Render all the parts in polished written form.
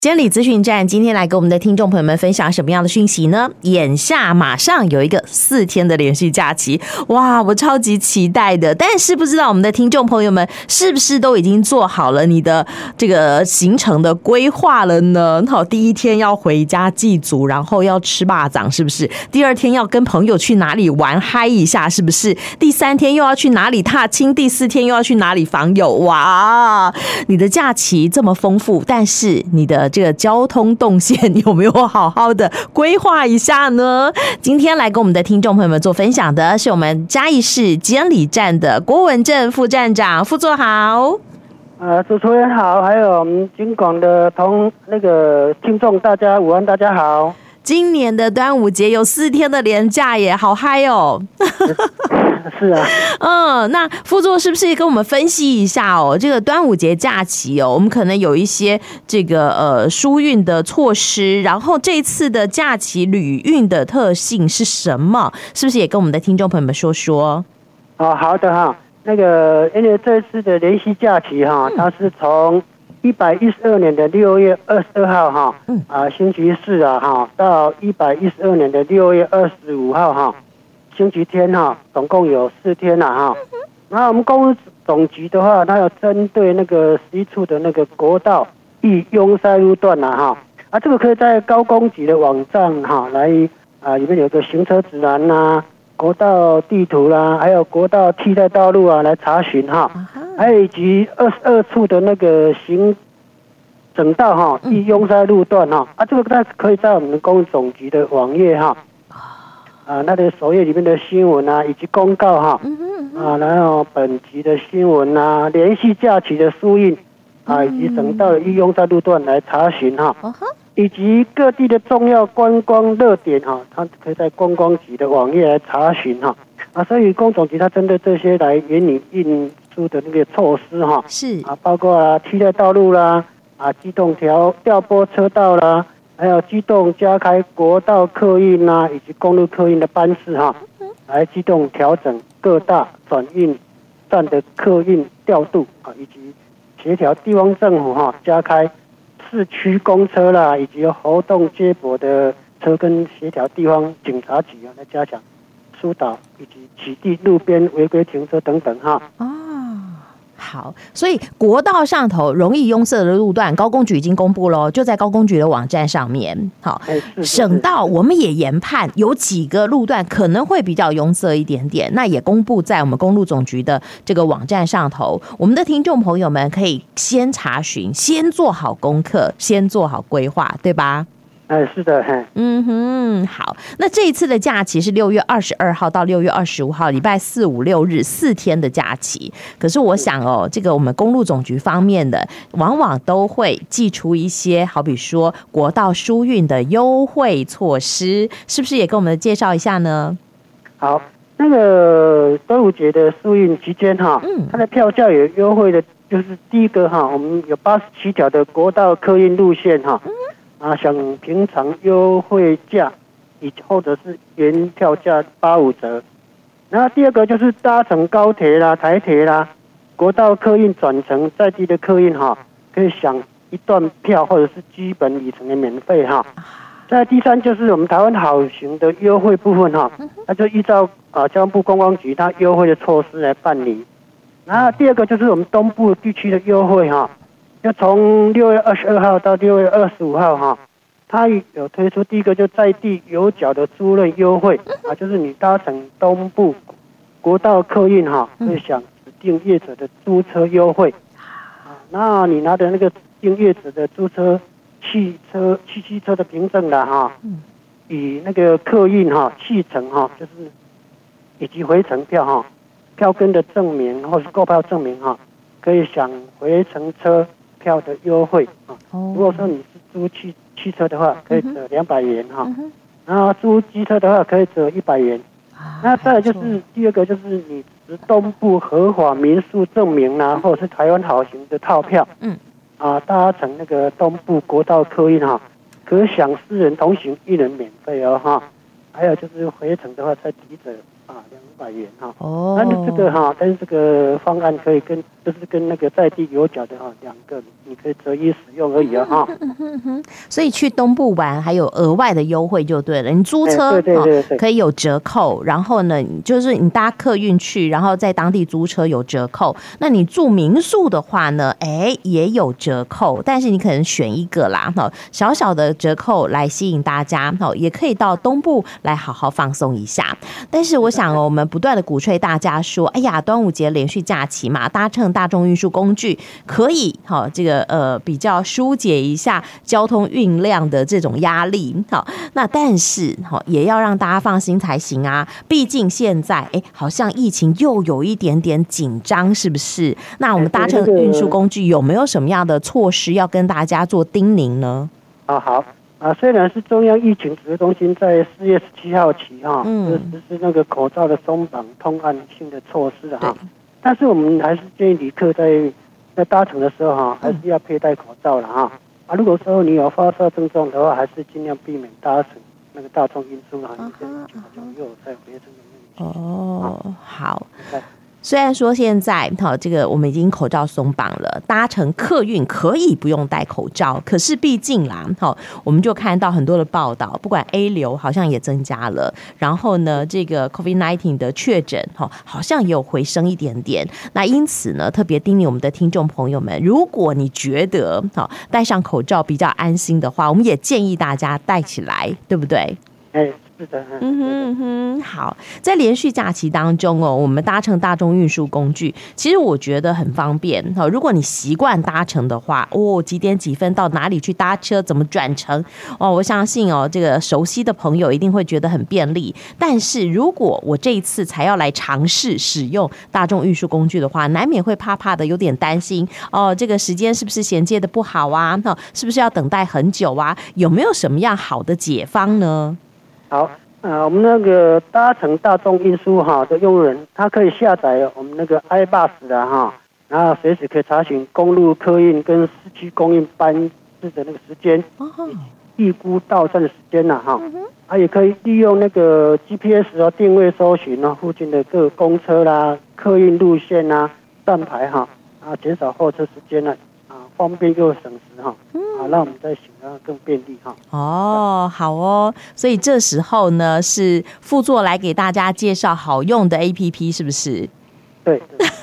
监理资讯站今天来跟我们的听众朋友们分享什么样的讯息呢？眼下马上有一个4天的连续假期，哇，我超级期待的。但是不知道我们的听众朋友们是不是都已经做好了你的这个行程的规划了呢？好，第一天要回家祭祖，然后要吃肉粽，是不是？第2天要跟朋友去哪里玩嗨一下，是不是？第3天又要去哪里踏青？第4天又要去哪里访友？哇，你的假期这么丰富，但是你的这个交通动线有没有好好的规划一下呢？今天来跟我们的听众朋友们做分享的是我们嘉义市监理站的郭文正副站长，副座好。 主持人好，还有我们金广的听众，大家午安，大家好。 今年的端午节有4天的连假耶，好嗨哦！ 是啊， 那副座是不是跟我们分析一下哦？这个端午节假期哦，我们可能有一些这个疏运的措施，然后这次的假期旅运的特性是什么？是不是也跟我们的听众朋友们说说？ 哦，好的哈，因为这次的连续假期哈，它是从112年的6月22号哈，星期四啊哈，到112年的6月25号哈。星期天哈，总共有4天啦哈。然后我们公路总局的话，它有针对那个11处的那个国道易拥塞路段啦哈，这个可以在高工局的网站哈来里面有个行车指南啦、国道地图啦，还有国道替代道路啊来查询哈，还有以及22处的那个行整道哈易拥塞路段哈，这个可以在我们公路总局的网页哈。那个首页里面的新闻啊，以及公告哈，然后本集的新闻啊，连续假期的疏运以及整道的易拥塞路段来查询哈，以及各地的重要观光热点哈，它可以在观光局的网页来查询哈，所以公总局它针对这些来援引运输的那个措施哈， 是包括替代道路啦，机动调拨车道啦。还有机动加开国道客运以及公路客运的班次哈，来机动调整各大转运站的客运调度以及协调地方政府加开市区公车啦，以及活动接驳的车跟协调地方警察局来加强疏导以及取缔路边违规停车等等哈。 好，所以国道上头容易拥塞的路段，高工局已经公布了，就在高工局的网站上面。好，省道我们也研判有几个路段可能会比较拥塞一点点，那也公布在我们公路总局的这个网站上头。我们的听众朋友们可以先查询，先做好功课，先做好规划，对吧？ 是的， 好，那这一次的假期是6月22号到6月25号，礼拜4、5、6日4天的假期。可是我想哦，这个我们公路总局方面的，往往都会寄出一些，好比说国道疏运的优惠措施，是不是也跟我们介绍一下呢？ 好，那个端午节的疏运期间哈，它的票价有优惠的，就是第一个哈，我们有87条的国道客运路线哈。像平常优惠价，或者是原票价85折。然后第二个就是搭乘高铁啦、台铁啦、国道客运转乘在地的客运哈，可以享一段票或者是基本里程的免费哈。再第三就是我们台湾好行的优惠部分哈，那就依照交通部观光局它优惠的措施来办理。然后第二个就是我们东部地区的优惠哈。就从6月22号到6月25号哈，它有推出第一个就在地有缴的租赁优惠就是你搭乘东部国道客运哈，会享指定业者的租车优惠那你拿的那个指定业者的租车汽车的凭证啦哈，以那个客运汽程就是以及回程票票根的证明或是购票证明可以享回程车票的优惠如果说你是租汽车的话，可以折200元然后租机车的话可以折100元那再来就是第二个就是你持东部合法民宿证明或者是台湾好行的套票搭乘那个东部国道客运可享4人同行1人免费还有就是回程的话再抵折200元那这个跟这个方案可以跟就是跟那个在地有脚的两个你可以择一使用而已所以去东部玩还有额外的优惠就对了，你租车对可以有折扣，然后呢就是你搭客运去，然后在当地租车有折扣，那你住民宿的话呢也有折扣，但是你可能选一个啦，小小的折扣来吸引大家，也可以到东部来好好放松一下。但是我想我们不断的鼓吹大家说，哎呀，端午节连续假期嘛，搭乘大众运输工具可以这个比较疏解一下交通运量的这种压力。好，那但是也要让大家放心才行啊，毕竟现在好像疫情又有一点点紧张，是不是？那我们搭乘运输工具有没有什么样的措施要跟大家做叮咛呢？ 好虽然是中央疫情指挥中心在4月17号起就实施那个口罩的松绑通案性的措施但是我们还是建议旅客在搭乘的时候还是要佩戴口罩了如果说你有发烧症状的话，还是尽量避免搭乘那个大众运输你就又在回程的问题好。虽然说现在这个我们已经口罩松绑了，搭乘客运可以不用戴口罩，可是毕竟啦我们就看到很多的报道，不管 A 流好像也增加了，然后呢这个 COVID-19 的确诊好像也有回升一点点。那因此呢特别叮咛我们的听众朋友们，如果你觉得戴上口罩比较安心的话，我们也建议大家戴起来，对不对？ 是的， 好，在连续假期当中我们搭乘大众运输工具，其实我觉得很方便如果你习惯搭乘的话几点几分到哪里去搭车，怎么转乘我相信这个熟悉的朋友一定会觉得很便利。但是如果我这一次才要来尝试使用大众运输工具的话，难免会怕怕的，有点担心这个时间是不是衔接的不好啊？是不是要等待很久啊？有没有什么样好的解方呢？ 好，我们那个搭乘大众运输的用户人，他可以下载我们那个 iBus 的然后随时可以查询公路客运跟市区公运班次的那个时间，预估到站的时间也可以利用那个 GPS 定位搜寻附近的各公车啦、客运路线站牌减少候车时间方便又省时让我们在行动更便利好所以这时候呢是副座来给大家介绍好用的 APP， 是不是？ 对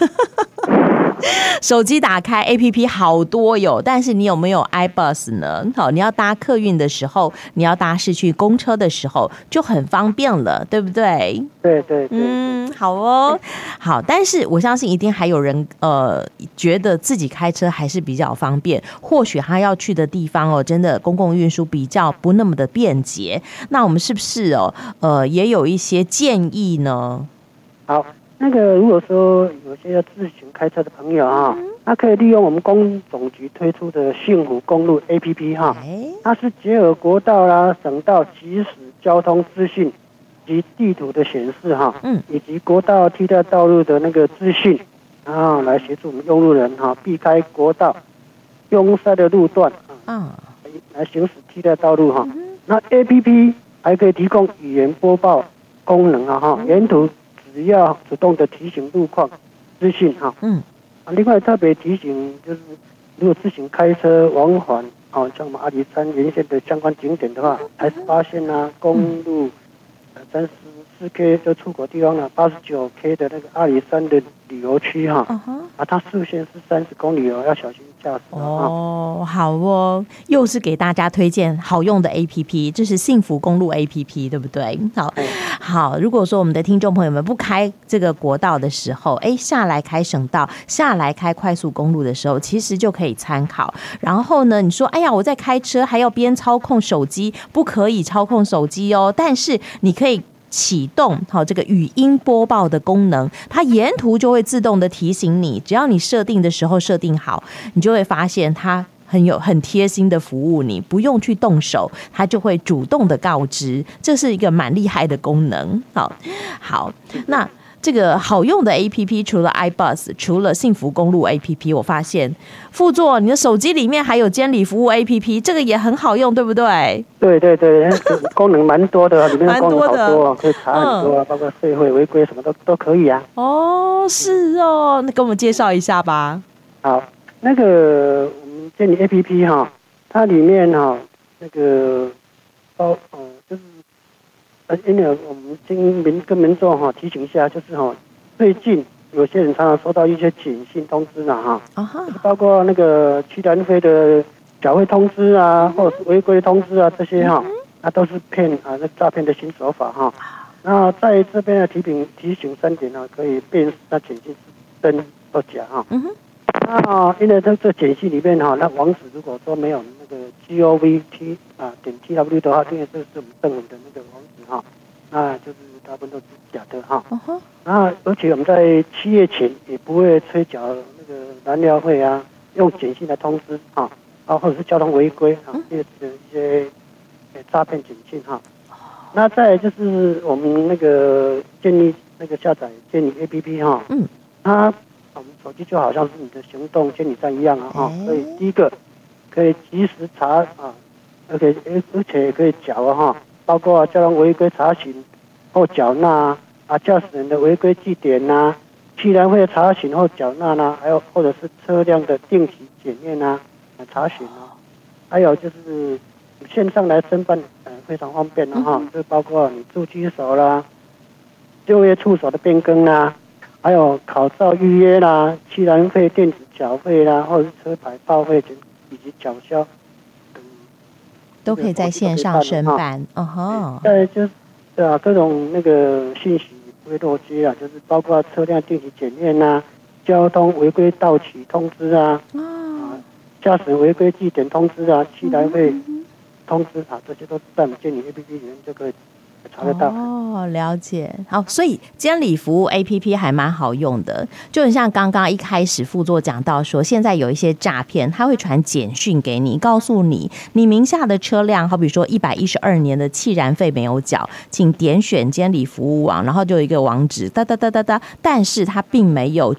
手机打开 APP 好多有，但是你有没有 iBus 呢？你要搭客运的时候，你要搭市区公车的时候就很方便了，对不对？ 对好，但是我相信一定还有人觉得自己开车还是比较方便，或许他要去的地方真的公共运输比较不那么的便捷，那我们是不是也有一些建议呢？ 好，那个如果说有些要自行开车的朋友他可以利用我们公总局推出的幸福公路 APP 它是结合国道啦、省道即时交通资讯及地图的显示以及国道替代道路的那个资讯，然后来协助我们用路人避开国道拥塞的路段来行驶替代道路那 APP 还可以提供语言播报功能沿途只要主动的提醒路况资讯另外特别提醒就是如果自行开车往返像我们阿里山沿线的相关景点的话，还是发现公路34K 就出口地方89K 的那个阿里山的旅游区它速限是30公里要小心驾驶好又是给大家推荐好用的 APP， 这是幸福公路 APP， 对不对？好，如果说我们的听众朋友们不开这个国道的时候下来开省道，下来开快速公路的时候，其实就可以参考。然后呢你说哎呀我在开车还要边操控手机，不可以操控手机但是你可以启动这个语音播报的功能，它沿途就会自动的提醒你，只要你设定的时候设定好，你就会发现它很贴心的服务你，不用去动手，它就会主动的告知，这是一个蛮厉害的功能。好，那这个好用的 APP 除了 iBus， 除了幸福公路 APP， 我发现副座你的手机里面还有监理服务 APP， 这个也很好用，对不对？ 对对对，功能蛮多的，里面的功能好多，可以查很多，包括社会违规什么都可以啊。 哦，是哦，那跟我们介绍一下吧。 好，那个我们监理 APP 哈，它里面哈那个就是因为我们跟民众哈提醒一下，就是哈最近有些人常常收到一些简讯通知嘛哈，包括那个汽燃费的缴费通知啊，或者是违规通知啊这些哈，那都是那诈骗的新手法哈。那在这边的提醒3点呢，可以辨识那简讯是真或假哈。那因为这简讯里面哈，那网址如果说没有那个 govt.tw 的话，因为这是我们政府的那个网址哈，那就是大部分都是假的哈。然后而且我们在7月前也不会催缴那个燃料费啊，用简讯来通知哈，或者是交通违规啊，一些诈骗简讯哈。那再来就是我们那个建议那个下载监理 APP 哈，它我们手机就好像是你的行动监理站一样啊，所以第一个可以及时查啊，而且也可以缴哈，包括交通违规查询或缴纳啊，驾驶人的违规记点呐，汽燃费查询或缴纳呐，还有或者是车辆的定期检验呐查询啊，还有就是线上来申办非常方便的哈，就包括你住居所啦、就业处所的变更啦，还有考照预约啦、汽燃费电子缴费啦，或者是车牌报费以及缴销等， 都可以在线上申办。 再就是各种那个信息不会漏接啊，就是包括车辆定期检验啊、交通违规到期通知啊、驾驶违规记点通知啊、汽燃费通知啊，这些都在我们监理 APP 里面就可以查得到。 了解。好，所以监理服务 APP 还蛮好用的，就很像刚刚一开始副座讲到说，现在有一些诈骗，他会传简讯给你，告诉你你名下的车辆，好比说112年的汽燃费没有缴，请点选监理服务网，然后就有一个网址哒哒哒哒哒，但是它并没有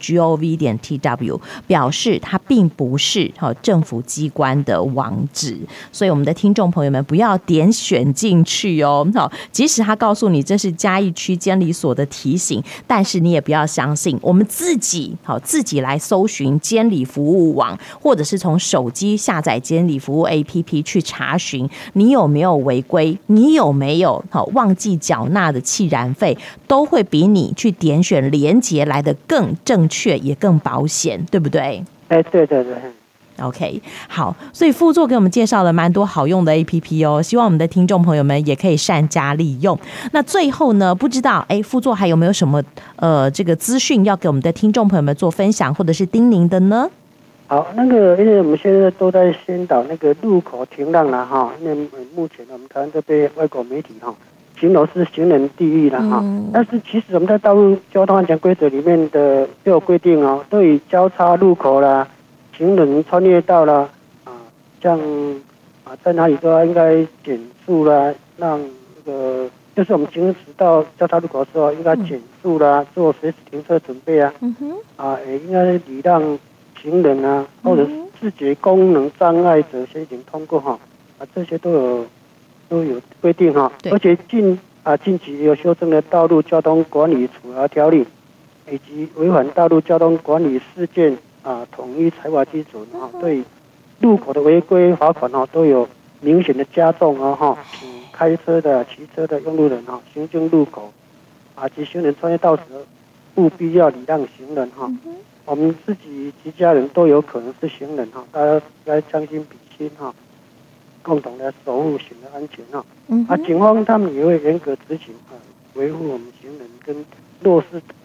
gov.tw， 表示它并不是政府机关的网址，所以我们的听众朋友们不要点选进去哦。即使他告诉你这是嘉义区监理所的提醒，但是你也不要相信，我们自己来搜寻监理服务网，或者是从手机下载监理服务 APP 去查询你有没有违规，你有没有忘记缴纳的汽燃费，都会比你去点选连结来的更正确也更保险，对不对？ 对对对。 OK， 好，所以副座给我们介绍了蛮多好用的 APP 哦，希望我们的听众朋友们也可以善加利用。那最后呢，不知道副座还有没有什么这个资讯要给我们的听众朋友们做分享或者是叮咛的呢？ 好，那个因为我们现在都在宣导那个路口停让了哈，因为目前我们台湾都被外国媒体形容是行人地狱了哈，但是其实我们在道路交通安全规则里面的就有规定哦，对于交叉路口啦、行人穿越道啦，像在哪里都应该减速啦，让那个就是我们行驶到交叉路口的时候应该减速啦，做随时停车准备啊，也应该礼让行人啊，或者是视觉功能障碍者先行通过哈，这些都有规定哈，而且近期有修正的道路交通管理处罚条例，以及违反道路交通管理事件统一裁罚基准对路口的违规罚款都有明显的加重请开车的、骑车的用路人行经路口及行人穿越道时，务必要礼让行人我们自己及家人都有可能是行人大家该将心比心共同来守护行人安全警方他们也会严格执行维护我们行人跟弱势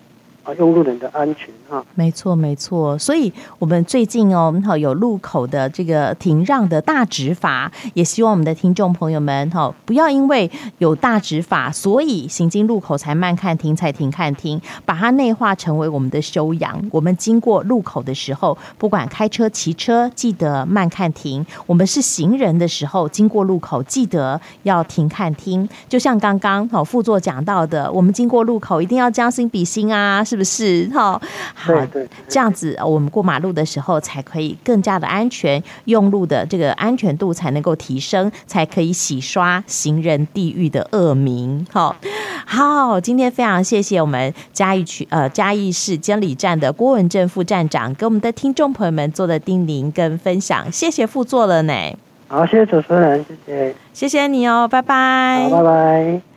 用路人的安全哈。 没错没错，所以我们最近有路口的这个停让的大执法，也希望我们的听众朋友们不要因为有大执法，所以行经路口才慢看停才停看停，把它内化成为我们的修养。我们经过路口的时候，不管开车骑车，记得慢看停；我们是行人的时候，经过路口记得要停看听。就像刚刚副座讲到的，我们经过路口一定要将心比心啊，是不是？好，这样子我们过马路的时候才可以更加的安全，用路的这个安全度才能够提升，才可以洗刷行人地狱的恶名。好，今天非常谢谢我们嘉义市监理站的郭文正副站长给我们的听众朋友们做的叮咛跟分享，谢谢副座了呢。 好，谢谢主持人，谢谢， 谢谢你哦，拜拜。 好，拜拜。